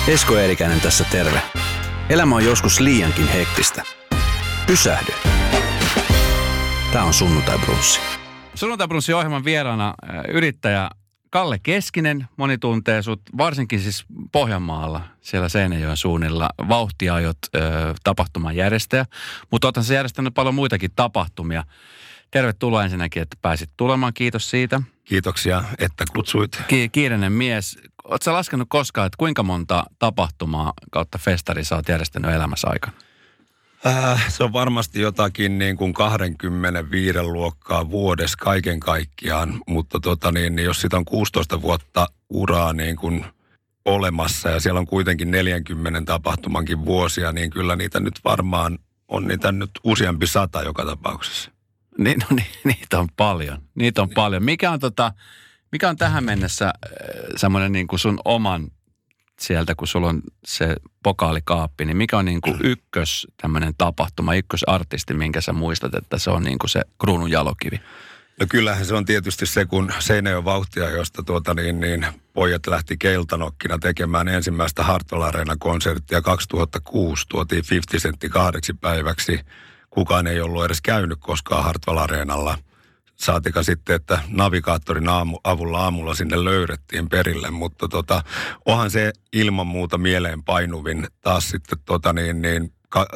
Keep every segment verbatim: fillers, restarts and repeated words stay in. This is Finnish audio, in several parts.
Esko Eerikäinen tässä terve. Elämä on joskus liiankin hektistä. Pysähdy. Tää on Sunnuntai Brunssi. Sunnuntai Brunssin ohjelman vieraana yrittäjä Kalle Keskinen. Moni tuntee sut varsinkin siis Pohjanmaalla, siellä Seinäjoen suunnilla. Vauhtiajot ö, tapahtuman järjestäjä, mutta oothan sä järjestänyt paljon muitakin tapahtumia. Tervetuloa ensinnäkin, että pääsit tulemaan. Kiitos siitä. Kiitoksia, että kutsuit. Ki- kiireinen mies. Ootko sä laskenut koskaan, että kuinka monta tapahtumaa kautta festari sä oot järjestänyt elämässä aikana? Äh, se on varmasti jotakin niin kuin kaksikymmentäviisi luokkaa vuodessa kaiken kaikkiaan, mutta tota niin, niin jos sitä on kuusitoista vuotta uraa niin kuin olemassa ja siellä on kuitenkin neljänkymmenen tapahtumankin vuosia, niin kyllä niitä nyt varmaan on niitä nyt useampi sata joka tapauksessa. Niin, no niin, niitä on paljon. Niitä on niin. paljon. Mikä on, tota, mikä on tähän mennessä äh, semmoinen niin kuin sun oman sieltä, kun sulla on se pokaalikaappi, niin mikä on niin kuin ykkös tämmöinen tapahtuma, ykkösartisti, minkä sä muistat, että se on niin kuin se kruunun jalokivi? No kyllähän se on tietysti se, kun Seinäjoen Vauhtia, josta tuota niin, niin pojat lähti keiltanokkina tekemään ensimmäistä Hartwall Arena-konserttia kaksituhattakuusi, tuotiin viisikymmentä sentti kahdeksi päiväksi. Kukaan ei ollut edes käynyt koskaan Hartwall Arenalla. Saatika sitten, että navigaattorin aamu, avulla aamulla sinne löydettiin perille, mutta tota, onhan se ilman muuta mieleen painuvin taas sitten tota niin, niin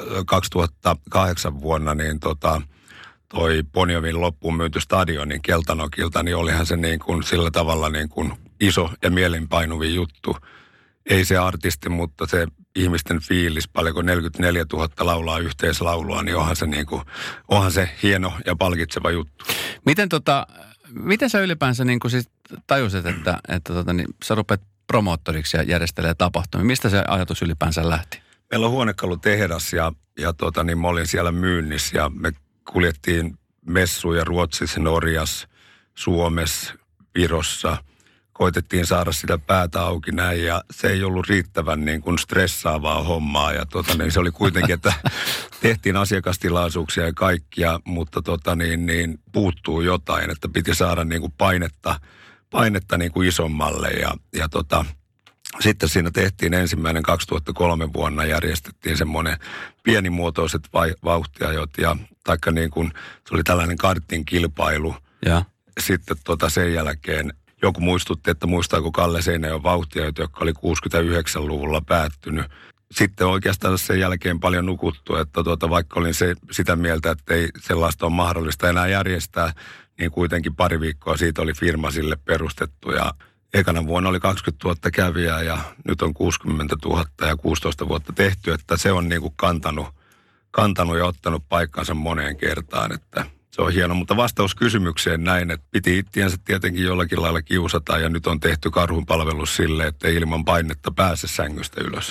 kaksituhattakahdeksan vuonna niin tota, toi Bonjovin loppuun myyty stadionin Keltanokilta, niin olihan se niin kuin sillä tavalla niin kuin iso ja mielenpainuvin juttu. Ei se artisti, mutta se ihmisten fiilis, paljonko neljäkymmentäneljätuhatta laulaa yhteislaulua, niin onhan se, niin kuin, onhan se hieno ja palkitseva juttu. Miten, tota, miten sä ylipäänsä niin kuin siis tajusit, että, että tota, niin sä rupeat promoottoriksi ja järjestelee tapahtumia? Mistä se ajatus ylipäänsä lähti? Meillä on huonekalutehdas ja, ja tota, niin mä olin siellä myynnissä ja me kuljettiin messuja Ruotsissa, Norjassa, Suomessa, Virossa. Koitettiin saada sitä päätä auki näin ja se ei ollut riittävän niin kuin stressaavaa hommaa. Ja tota, niin se oli kuitenkin, että tehtiin asiakastilaisuuksia ja kaikkia, mutta tota, niin, niin, puuttuu jotain, että piti saada niin kuin painetta, painetta niin kuin isommalle. Ja, ja tota, sitten siinä tehtiin ensimmäinen kaksituhattakolme vuonna järjestettiin semmoinen pienimuotoiset vai, vauhtiajot ja taikka niin kuin se oli tällainen kartin kilpailu. Ja. Sitten tota sen jälkeen joku muistutti, että muistaako Kalle Seinäjoen Vauhtiajot, joka oli kuusikymmentäyhdeksän-luvulla päättynyt. Sitten oikeastaan sen jälkeen paljon nukuttu, että tuota, vaikka olin se, sitä mieltä, että ei sellaista ole mahdollista enää järjestää, niin kuitenkin pari viikkoa siitä oli firma sille perustettu. Ja ekana vuonna oli kaksikymmentätuhatta kävijää ja nyt on kuusikymmentätuhatta ja kuusitoista vuotta tehty, että se on niin kuin kantanut, kantanut ja ottanut paikkansa moneen kertaan, että se on hieno, mutta vastaus kysymykseen näin, että piti ittiänsä tietenkin jollakin lailla kiusata ja nyt on tehty karhunpalvelus sille, että ei ilman painetta pääse sängystä ylös.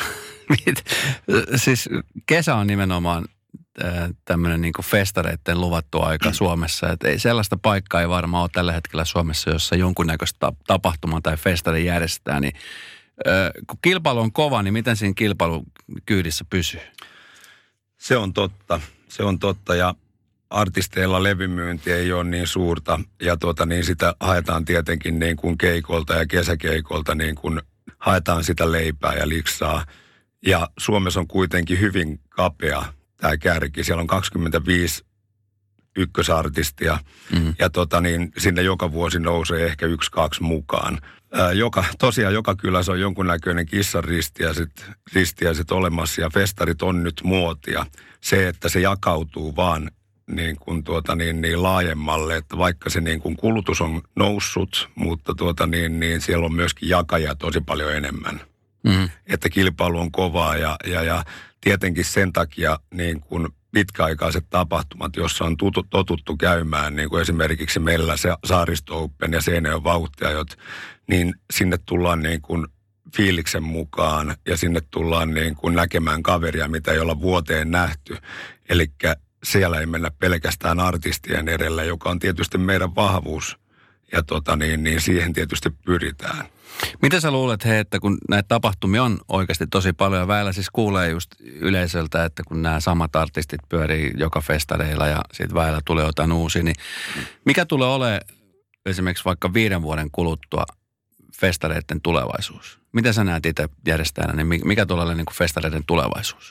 Siis kesä on nimenomaan tämmöinen niin kuin festareitten luvattu aika Suomessa, että ei sellaista paikkaa ei varmaan ole tällä hetkellä Suomessa, jossa jonkunnäköistä tapahtumaa tai festari järjestetään, niin kun kilpailu on kova, niin miten siinä kilpailun kyydissä pysyy? Se on totta, se on totta ja artisteilla levymyynti ei ole niin suurta ja tuota, niin sitä haetaan tietenkin niin kuin keikolta ja kesäkeikolta niin kuin haetaan sitä leipää ja liksaa. Ja Suomessa on kuitenkin hyvin kapea tämä kärki. Siellä on kaksikymmentäviisi ykkösartistia mm-hmm. ja tota, niin sinne joka vuosi nousee ehkä yksi, kaksi mukaan. Ää, joka, tosiaan joka kylässä on jonkunnäköinen kissan ristiäiset, ristiäiset olemassa ja festarit on nyt muotia. Se, että se jakautuu vaan niin kuin tuota niin, niin laajemmalle, että vaikka se niin kuin kulutus on noussut, mutta tuota niin, niin siellä on myöskin jakajia tosi paljon enemmän. Mm. Että kilpailu on kovaa ja, ja, ja tietenkin sen takia niin kuin pitkäaikaiset tapahtumat, jossa on tutu, totuttu käymään, niin kuin esimerkiksi meillä se Saaristo Open ja Seinäjoen Vauhtiajot, niin sinne tullaan niin kuin fiiliksen mukaan ja sinne tullaan niin kuin näkemään kaveria, mitä ei olla vuoteen nähty. Elikkä siellä ei mennä pelkästään artistien edelle, joka on tietysti meidän vahvuus ja tota niin, niin siihen tietysti pyritään. Mitä sä luulet, he, että kun näitä tapahtumia on oikeasti tosi paljon ja väillä siis kuulee just yleisöltä, että kun nämä samat artistit pyörii joka festareilla ja sitten väillä tulee jotain uusia, niin mikä tulee olemaan esimerkiksi vaikka viiden vuoden kuluttua festareiden tulevaisuus? Miten sä näet itse järjestäjänä, niin mikä tulee olla niin kuin festareiden tulevaisuus?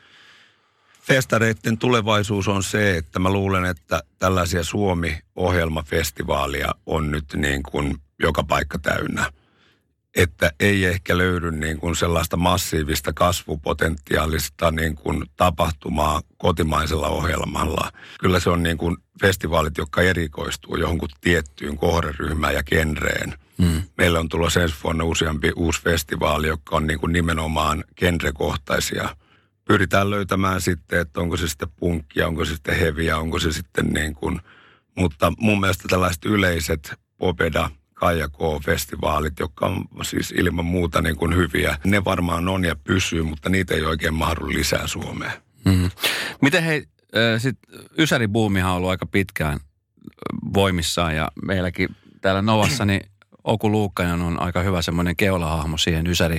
Festareiden tulevaisuus on se, että mä luulen, että tällaisia Suomi-ohjelmafestivaaleja on nyt niin kuin joka paikka täynnä. Että ei ehkä löydy niin kuin sellaista massiivista kasvupotentiaalista niin kuin tapahtumaa kotimaisella ohjelmalla. Kyllä se on niin kuin festivaalit, jotka erikoistuu johonkin tiettyyn kohderyhmään ja genreen. Mm. Meillä on tulossa ensi vuonna useampi uusi festivaali, joka on niin kuin nimenomaan genrekohtaisia. Pyritään löytämään sitten, että onko se sitten punkkia, onko se sitten heviä, onko se sitten niin kuin, mutta mun mielestä tällaiset yleiset popeda, Kaija K-festivaalit, jotka on siis ilman muuta niin kuin hyviä. Ne varmaan on ja pysyy, mutta niitä ei oikein mahdu lisää Suomeen. Mm-hmm. Miten hei, sitten ysäribuumihan on ollut aika pitkään voimissaan ja meilläkin täällä Novassa, niin Oku Luukkanen on aika hyvä semmoinen keulahahmo siihen ysäri.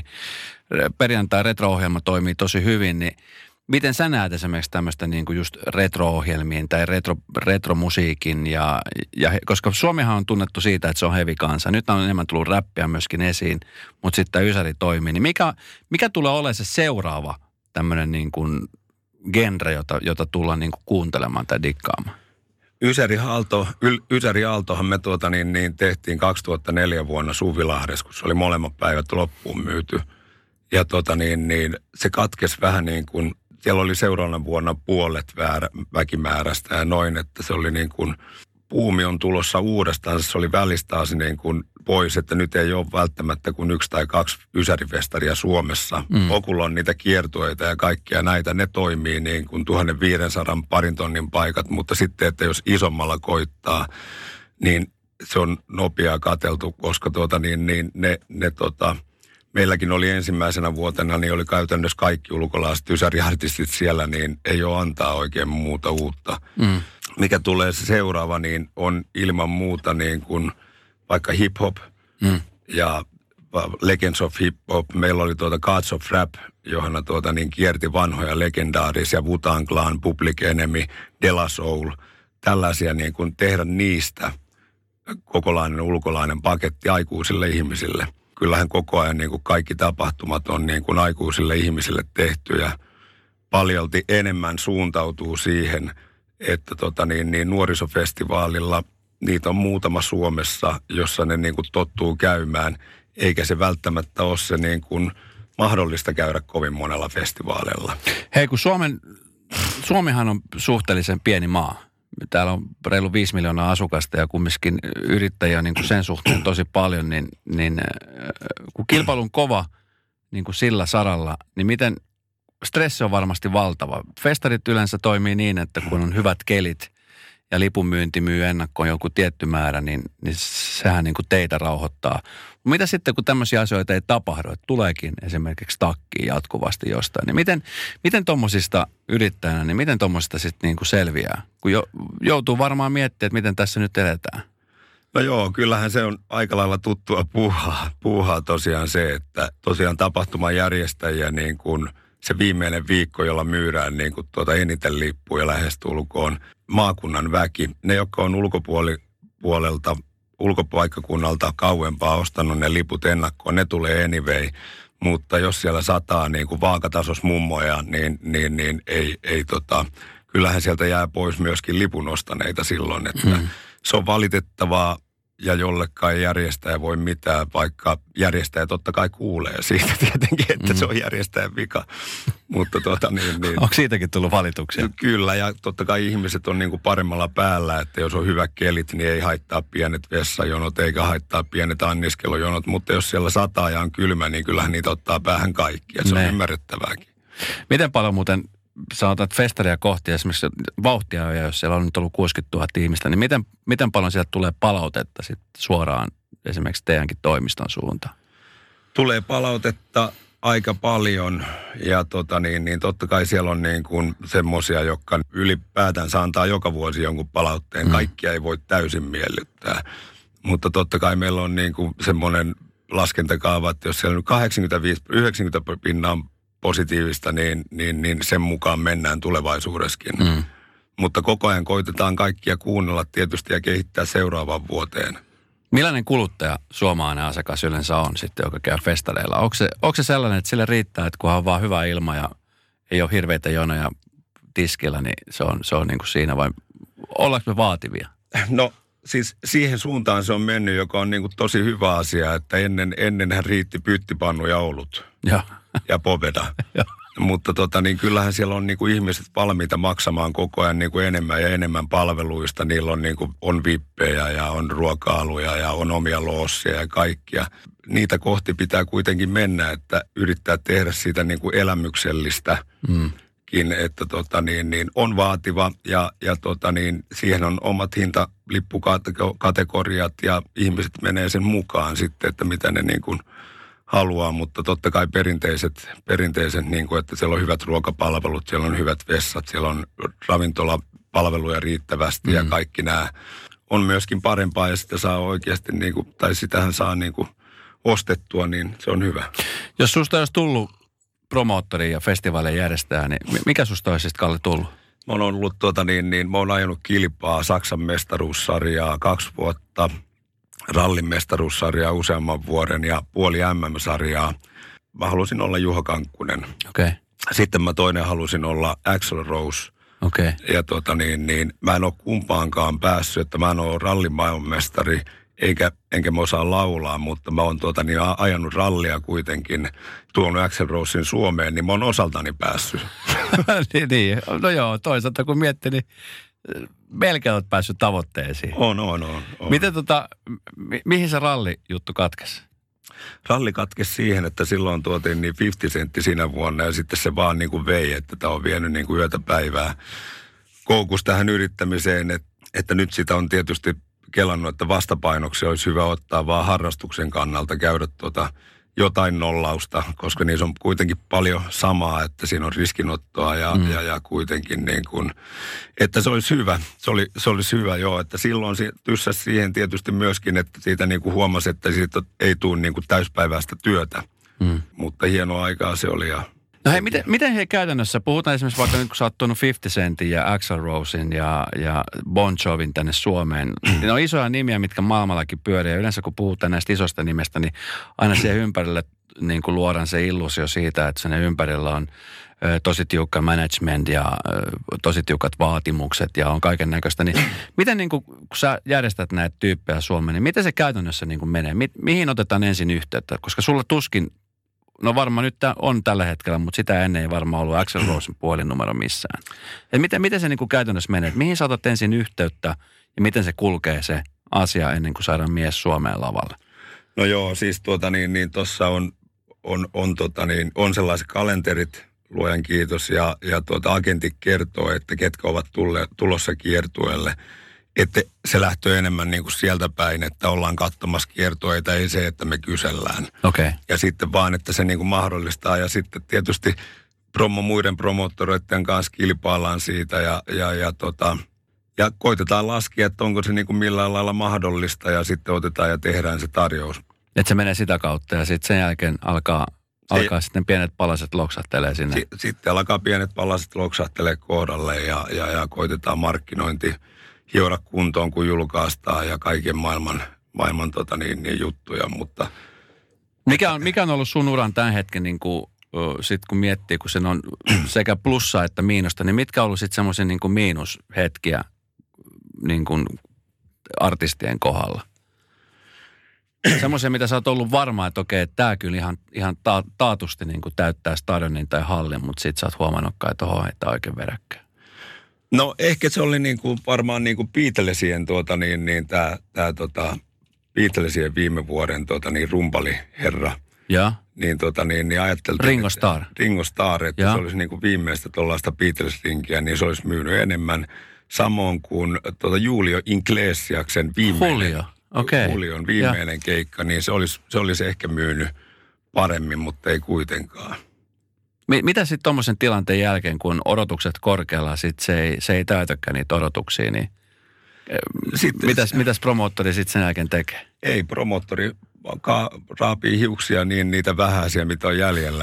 Perjantai-retro-ohjelma toimii tosi hyvin, niin miten sä näet esimerkiksi tämmöistä niin kuin just retro-ohjelmien tai retro, retromusiikin, ja, ja, koska Suomihan on tunnettu siitä, että se on heavy kansa. Nyt on enemmän tullut räppiä myöskin esiin, mutta sitten tämä ysäri toimii. Niin mikä, mikä tulee olemaan se seuraava tämmöinen niin kuin genre, jota, jota tullaan niin kuin kuuntelemaan tai dikkaamaan? Ysäri Aalto, Yl, Ysäri Aaltohan me tuota niin, niin tehtiin kaksituhattaneljä vuonna Suvilahdessa, kun se oli molemmat päivät loppuun myyty. Ja tota niin, niin se katkesi vähän niin kuin, siellä oli seuraavana vuonna puolet väärä, väkimäärästä ja noin, että se oli niin kuin, puumi on tulossa uudestaan, se oli välistaasi niin kuin pois, että nyt ei ole välttämättä kuin yksi tai kaksi ysärifestaria Suomessa. Mm. Okulla on niitä kiertueita ja kaikkia näitä, ne toimii niin kuin tuhatviisisataa parin tonnin paikat, mutta sitten, että jos isommalla koittaa, niin se on nopeaa katseltu, koska tuota niin, niin ne, ne tota, meilläkin oli ensimmäisenä vuotena, niin oli käytännössä kaikki ulkolaiset ysäriartistit siellä, niin ei ole antaa oikein muuta uutta. Mm. Mikä tulee se seuraava, niin on ilman muuta niin kuin vaikka hip-hop mm. ja Legends of Hip-Hop. Meillä oli tuota Gods of Rap, johona tuota niin kierti vanhoja legendaarisia, Wu-Tang Clan, Public Enemy, De La Soul. Tällaisia niin kuin tehdä niistä kokolainen ulkolainen paketti aikuisille ihmisille. Kyllähän koko ajan niin kuin kaikki tapahtumat on niin kuin aikuisille ihmisille tehty ja paljolti enemmän suuntautuu siihen, että tota niin, niin nuorisofestivaalilla niitä on muutama Suomessa, jossa ne niin kuin tottuu käymään, eikä se välttämättä ole se niin kuin mahdollista käydä kovin monella festivaalilla. Hei, kun Suomen, Suomihan on suhteellisen pieni maa. Täällä on reilu viisi miljoonaa asukasta ja kumminkin yrittäjiä niin kuin sen suhteen tosi paljon, niin, niin kun kilpailu on kova niin kuin sillä saralla, niin miten stressi on varmasti valtava. Festarit yleensä toimii niin, että kun on hyvät kelit ja lipunmyynti myy ennakkoon joku tietty määrä, niin, niin sehän niin kuin teitä rauhoittaa. Mitä sitten, kun tämmöisiä asioita ei tapahdu, että tuleekin esimerkiksi takkiin jatkuvasti jostain, niin miten, miten tuommoisista yrittäjänä, niin miten tuommoisista sitten niin kuin selviää? Kun jo, joutuu varmaan miettimään, että miten tässä nyt eletään. No joo, kyllähän se on aika lailla tuttua puuhaa, puuhaa tosiaan se, että tosiaan tapahtuman järjestäjiä niin kuin se viimeinen viikko, jolla myydään niin kuin tuota eniten lippuja lähestulkoon maakunnan väki. Ne, jotka on ulkopuolelta, ulkopaikkakunnalta kauempaa ostanut ne liput ennakkoon, ne tulee anyway. Mutta jos siellä sataa niin kuin vaakatasos mummoja, niin, niin, niin ei, ei tota, kyllähän sieltä jää pois myöskin lipun ostaneita silloin. Että mm. se on valitettavaa. Ja jollekaan järjestäjä voi mitään, vaikka järjestäjä totta kai kuulee siitä tietenkin, että mm. se on järjestäjän vika. Mutta tota niin, niin... Onko siitäkin tullut valituksia? Kyllä, ja totta kai ihmiset on niin kuin paremmalla päällä, että jos on hyvät kelit, niin ei haittaa pienet vessajonot, eikä haittaa pienet anniskelujonot. Mutta jos siellä sataa ja on kylmä, niin kyllähän niitä ottaa päähän kaikki, ja se ne. on ymmärrettävääkin. Miten paljon muuten... Sanotaan, että festaria kohti esimerkiksi vauhtia, ja jos siellä on nyt ollut kuusikymmentätuhatta ihmistä, niin miten, miten paljon sieltä tulee palautetta sit suoraan esimerkiksi teidänkin toimiston suuntaan? Tulee palautetta aika paljon, ja tota niin, niin totta kai siellä on niin kuin semmoisia, jotka ylipäätänsä antaa joka vuosi jonkun palautteen. Mm. Kaikkia ei voi täysin miellyttää, mutta totta kai meillä on niin kuin semmoinen laskentakaava, että jos siellä on kahdeksankymmentäviisi yhdeksänkymmentä pinnaa positiivista, niin, niin, niin sen mukaan mennään tulevaisuudessakin. Mm. Mutta koko ajan koitetaan kaikkia kuunnella tietysti ja kehittää seuraavaan vuoteen. Millainen kuluttaja suomalainen asiakas yleensä on sitten, joka käy festareilla? Onko se, onko se sellainen, että sille riittää, että kunhan on vaan hyvä ilma ja ei ole hirveitä jonoja tiskillä, niin se on, se on niin kuin siinä, vai ollaanko me vaativia? No siis siihen suuntaan se on mennyt, joka on niin kuin tosi hyvä asia, että ennen, ennenhän riitti pyttipannu ja olut ja, ja poveda. Mutta tota, niin kyllähän siellä on niin kuin ihmiset valmiita maksamaan koko ajan niin kuin enemmän ja enemmän palveluista. Niillä on, niin kuin, on vippejä ja on ruoka-aluja ja on omia loosseja ja kaikkia. Niitä kohti pitää kuitenkin mennä, että yrittää tehdä siitä niin kuin elämyksellistä. Mm. Että tota niin, niin on vaativa ja, ja tota niin, siihen on omat hintalippukategoriat ja ihmiset menee sen mukaan sitten, että mitä ne niin kuin haluaa, mutta totta kai perinteiset, perinteiset niin kuin, että siellä on hyvät ruokapalvelut, siellä on hyvät vessat, siellä on ravintolapalveluja riittävästi mm. ja kaikki nämä on myöskin parempaa ja sitä saa oikeasti, niin kuin, tai sitähän saa niin kuin ostettua, niin se on hyvä. Jos susta olisi tullut promoottori ja festivaaleja järjestää, niin mikä susta olisi sitten, Kalle, tullut? Mä oon ollut tuota niin, niin mä oon ajanut kilpaa Saksan mestaruussarjaa kaksi vuotta, rallin mestaruussarjaa useamman vuoden ja puoli M M-sarjaa. Mä halusin olla Juha Kankkunen. Okay. Sitten mä toinen halusin olla Axl Rose. Okay. Ja tuota niin, niin mä en ole kumpaankaan päässyt, että mä en ole rallin maailmanmestari, eikä, enkä mä osaa laulaa, mutta mä oon tuota niin ajanut rallia kuitenkin, tuonut Axl Rosen Suomeen, niin mä oon osaltani päässyt. niin, niin, no joo, toisaalta kun miettii, niin melkein olet päässyt tavoitteisiin. On, on, on. on. Miten tota, mi- mihin se rallijuttu katkesi? Ralli katkesi siihen, että silloin tuotiin niin viisikymmentä sentti siinä vuonna ja sitten se vaan niin kuin vei, että tämä on vienyt niin kuin yötä päivää koukus tähän yrittämiseen, että, että nyt sitä on tietysti kelannut, että vastapainoksi olisi hyvä ottaa vaan harrastuksen kannalta käydä tuota jotain nollausta, koska niissä on kuitenkin paljon samaa, että siinä on riskinottoa ja, mm. ja, ja kuitenkin niin kuin, että se olisi hyvä. Se, oli, se olisi hyvä, joo, että silloin tyssäsi siihen tietysti myöskin, että siitä niin kuin huomasi, että siitä ei tule niin kuin täyspäiväistä työtä, mm. mutta hienoa aikaa se oli. Ja no hei, miten, miten he käytännössä, puhutaan esimerkiksi vaikka nyt kun sä oot tuonut viisikymmentä Centin ja Axl Rosen ja, ja Bon Jovin tänne Suomeen. Ne on isoja nimiä, mitkä maailmallakin pyörii. Ja yleensä kun puhutaan näistä isosta nimestä, niin aina siihen ympärille niin kuin luodaan se illuusio siitä, että sen ympärillä on ö, tosi tiukka management ja ö, tosi tiukat vaatimukset ja on kaiken näköistä. Niin miten niin kuin, kun sä järjestät näitä tyyppejä Suomeen, niin miten se käytännössä niin kuin menee? Mi, mihin otetaan ensin yhteyttä? Koska sulla tuskin, no varmaan nyt on tällä hetkellä, mutta sitä ennen ei varmaan ollut Axl Rosen puhelinnumero missään. Et miten, miten se niin kuin käytännössä menee? Et mihin sä otat ensin yhteyttä ja miten se kulkee se asia ennen kuin saadaan mies Suomeen lavalle? No joo, siis tuota niin, niin tuossa on, on, on, tota niin, on sellaiset kalenterit, luojan kiitos, ja, ja tuota agentti kertoo, että ketkä ovat tulle, tulossa kiertueelle. Että se lähtee enemmän niin kuin sieltä päin, että ollaan katsomassa kiertueita, ei se, että me kysellään. Okay. Ja sitten vaan, että se niin kuin mahdollistaa. Ja sitten tietysti promo, muiden promoottoreiden kanssa kilpaillaan siitä ja, ja, ja, tota, ja koitetaan laskea, että onko se niin kuin millään lailla mahdollista ja sitten otetaan ja tehdään se tarjous. Että se menee sitä kautta ja sitten sen jälkeen alkaa, alkaa se, sitten pienet palaset loksahtelee sinne. Si, sitten alkaa pienet palaset loksahtelee kohdalle ja, ja, ja koitetaan markkinointi hioda kuntoon, kun julkaistaan ja kaiken maailman, maailman tota niin, niin juttuja, mutta Mikä on, mikä on ollut sun uran tämän hetken, niin kuin, sit kun miettii, kun sen on sekä plussa että miinusta, niin mitkä on ollut sitten semmoisia niin kuin miinushetkiä niin kuin artistien kohdalla? Semmoisia, mitä sä oot ollut varma, että okei, että tää kyllä ihan, ihan ta- taatusti niin kuin täyttää stadionin tai hallin, mutta sit sä oot huomannutkaan, että oho, että oikein veräkkää. No ehkä se oli niin kuin varmaan niin kuin Beatlesien tuota niin, niin tää, tää tota Beatlesien viime vuoden tota niin rumpaliherra. Ja. Niin tota niin, niin ajatteltiin. Ringo Starr. Että, Ringo Starr, että ja. se olisi niin kuin viimeistä tuollaista Beatles-rinkiä, niin se olisi myynyt enemmän. Samoin kuin tuota Julio Iglesiaksen viimeinen. Julio, okei. Okay. Julion viimeinen ja. keikka, niin se olisi, se olisi ehkä myynyt paremmin, mutta ei kuitenkaan. Mitä sitten tuommoisen tilanteen jälkeen, kun odotukset korkealla, sitten se ei, se ei täytäkään niitä odotuksia, niin sitten, mitäs, mitäs promoottori sitten sen jälkeen tekee? Ei, promoottori ka- raapii hiuksia niin niitä vähäisiä, mitä on jäljellä ja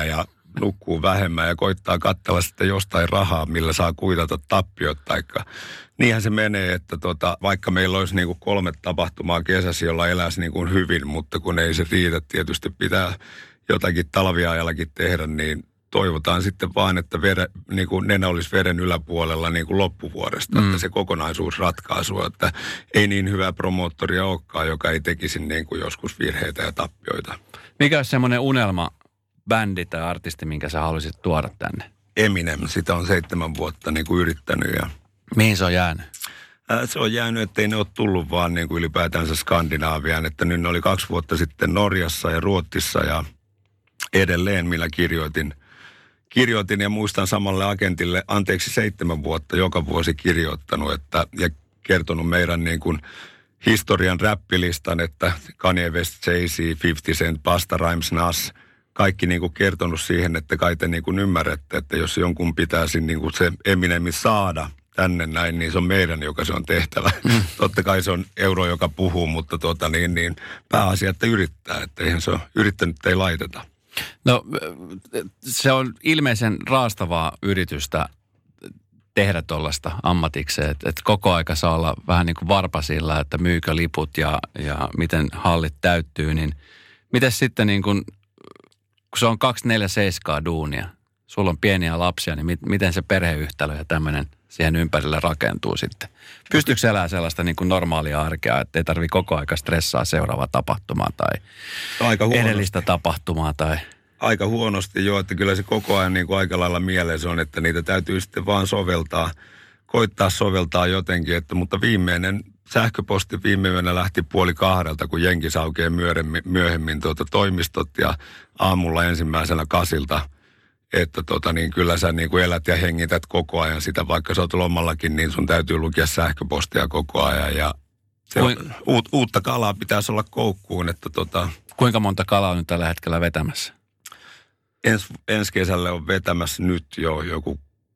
nukkuu vähemmän ja koittaa katsella sitten jostain rahaa, millä saa kuitata tappiot. Taikka. Niinhän se menee, että tota, vaikka meillä olisi niinku kolme tapahtumaa kesässä, jolla eläisi niinku hyvin, mutta kun ei se riitä, tietysti pitää jotakin talviajallakin tehdä, niin toivotaan sitten vaan, että vere, niin kuin nenä olisi veden yläpuolella niin kuin loppuvuodesta, mm. että se kokonaisuus ratkaisuu, että ei niin hyvää promoottoria olekaan, joka ei tekisi niin kuin joskus virheitä ja tappioita. Mikä olisi semmoinen unelma bändi tai artisti, minkä sä haluaisit tuoda tänne? Eminem, sitä on seitsemän vuotta niin kuin yrittänyt. Ja mihin se on jäänyt? Ää, se on jäänyt, ettei ne ole tullut vaan niin kuin ylipäätänsä Skandinaaviaan, että nyt ne oli kaksi vuotta sitten Norjassa ja Ruotsissa ja edelleen, millä kirjoitin. Kirjoitin ja muistan samalle agentille, anteeksi seitsemän vuotta joka vuosi kirjoittanut että, ja kertonut meidän niin kuin historian räppilistan, että Kanye West, Jay-Z, fifty Cent, Busta Rhymes, Nas, kaikki niin kuin kertonut siihen, että kai te niin kuin ymmärrätte, että jos jonkun pitäisi niin kuin se Eminemin saada tänne näin, niin se on meidän, joka se on tehtävä. Mm. Totta kai se on euro, joka puhuu, mutta tuota, niin, niin, pääasia, että yrittää, että eihän se ole yrittänyt, ei laiteta. No se on ilmeisen raastavaa yritystä tehdä tuollaista ammatikseen, että et koko aika saa olla vähän niin kuin varpasilla, että myykö liput ja, ja miten hallit täyttyy, niin miten sitten niin kuin, kun se on kaksikymmentäneljä duunia, sulla on pieniä lapsia, niin mit, miten se perheyhtälö ja tämmöinen siihen ympärille rakentuu sitten? Pystyykö elää sellaista niin kuin normaalia arkea, että ei tarvitse koko aika stressaa seuraavaa tapahtumaa tai aika edellistä tapahtumaa tai... Aika huonosti jo, että kyllä se koko ajan niin kuin aika lailla mielessä on, että niitä täytyy sitten vaan soveltaa, koittaa soveltaa jotenkin, että, mutta viimeinen sähköposti viime yönä lähti puoli kahdelta, kun jenki saukee myöhemmin, myöhemmin tuota toimistot ja aamulla ensimmäisenä kasilta, että tota, niin kyllä sä niin kuin elät ja hengität koko ajan sitä, vaikka sä oot lomallakin, niin sun täytyy lukea sähköpostia koko ajan ja se on, uut, uutta kalaa pitäisi olla koukkuun, että tota... Kuinka monta kalaa on nyt tällä hetkellä vetämässä? Ens, ensi kesälle on vetämässä nyt jo joku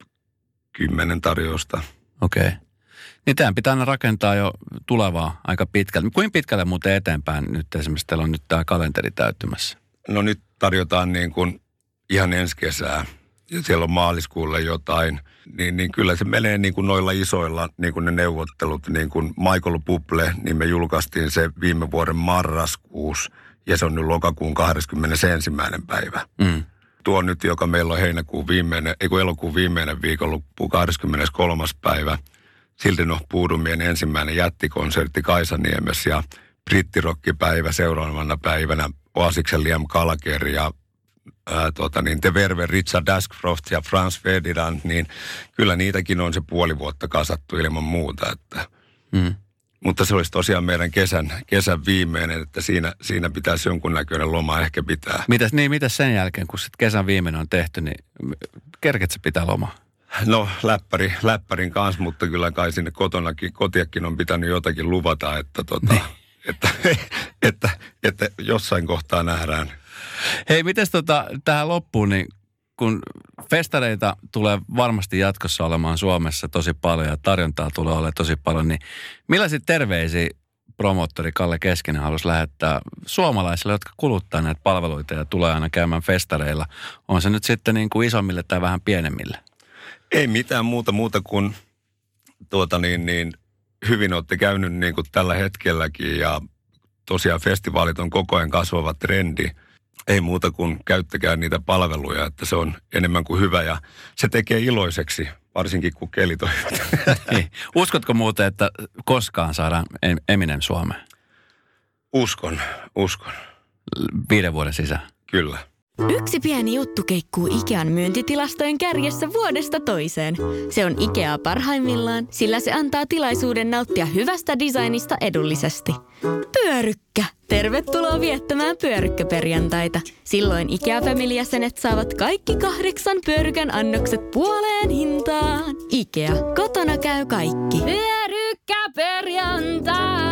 kymmenen tarjousta. Okei. Okay. Niin tämän pitää aina rakentaa jo tulevaa aika pitkälle. Kuinka pitkälle muuten eteenpäin nyt esimerkiksi teillä on nyt tämä kalenteri täyttymässä? No nyt tarjotaan niin kuin ihan ensi kesää ja siellä on maaliskuulle jotain. Niin, niin kyllä se menee niin kuin noilla isoilla niin kuin ne neuvottelut. Niin kuin Michael Bublé, niin me julkaistiin se viime vuoden marraskuussa ja se on nyt lokakuun kahdeskymmenesensimmäinen päivä. Mm. Tuo nyt, joka meillä on heinäkuun viimeinen, ei kun elokuun viimeinen viikonloppu, kahdeskymmeneskolmas päivä. Silti no Puudumien ensimmäinen jättikonsertti Kaisaniemessä ja brittirokkipäivä seuraavana päivänä Oasiksen Liam Gallagher ja ää, tota niin, The Verve, Richard Ashcroft ja Franz Ferdinand, niin kyllä niitäkin on se puoli vuotta kasattu ilman muuta. Että. Mm. Mutta se olisi tosiaan meidän kesän, kesän viimeinen, että siinä, siinä pitäisi jonkunnäköinen loma ehkä pitää. Mitäs, niin, mitäs sen jälkeen, kun sitten kesän viimeinen on tehty, niin kerket se pitää lomaa? No läppäri, läppärin kanssa, mutta kyllä kai sinne kotonakin, kotiakin on pitänyt jotakin luvata, että, tota, niin. että, että, että, että jossain kohtaa nähdään. Hei, mites tota, tähän loppuun, niin kun festareita tulee varmasti jatkossa olemaan Suomessa tosi paljon ja tarjontaa tulee olemaan tosi paljon, niin millaisia terveisiä promoottori Kalle Keskinen halusi lähettää suomalaisille, jotka kuluttaa näitä palveluita ja tulee aina käymään festareilla? On se nyt sitten niin kuin isommille tai vähän pienemmille? Ei mitään muuta muuta kuin tuota niin, niin hyvin olette käynyt niin kuin tällä hetkelläkin ja tosiaan festivaalit on koko ajan kasvava trendi. Ei muuta kuin käyttäkää niitä palveluja, että se on enemmän kuin hyvä ja se tekee iloiseksi, varsinkin kun keli toivat. Uskotko muuten, että koskaan saadaan Eminem Suomeen? Uskon, uskon. Viiden vuoden sisään? Kyllä. Yksi pieni juttu keikkuu Ikean myyntitilastojen kärjessä vuodesta toiseen. Se on Ikea parhaimmillaan, sillä se antaa tilaisuuden nauttia hyvästä designista edullisesti. Pyörykkä! Tervetuloa viettämään pyörykkäperjantaita. Silloin Ikea-familijäsenet saavat kaikki kahdeksan pyörykän annokset puoleen hintaan. Ikea, kotona käy kaikki. Pyörykkäperjantai!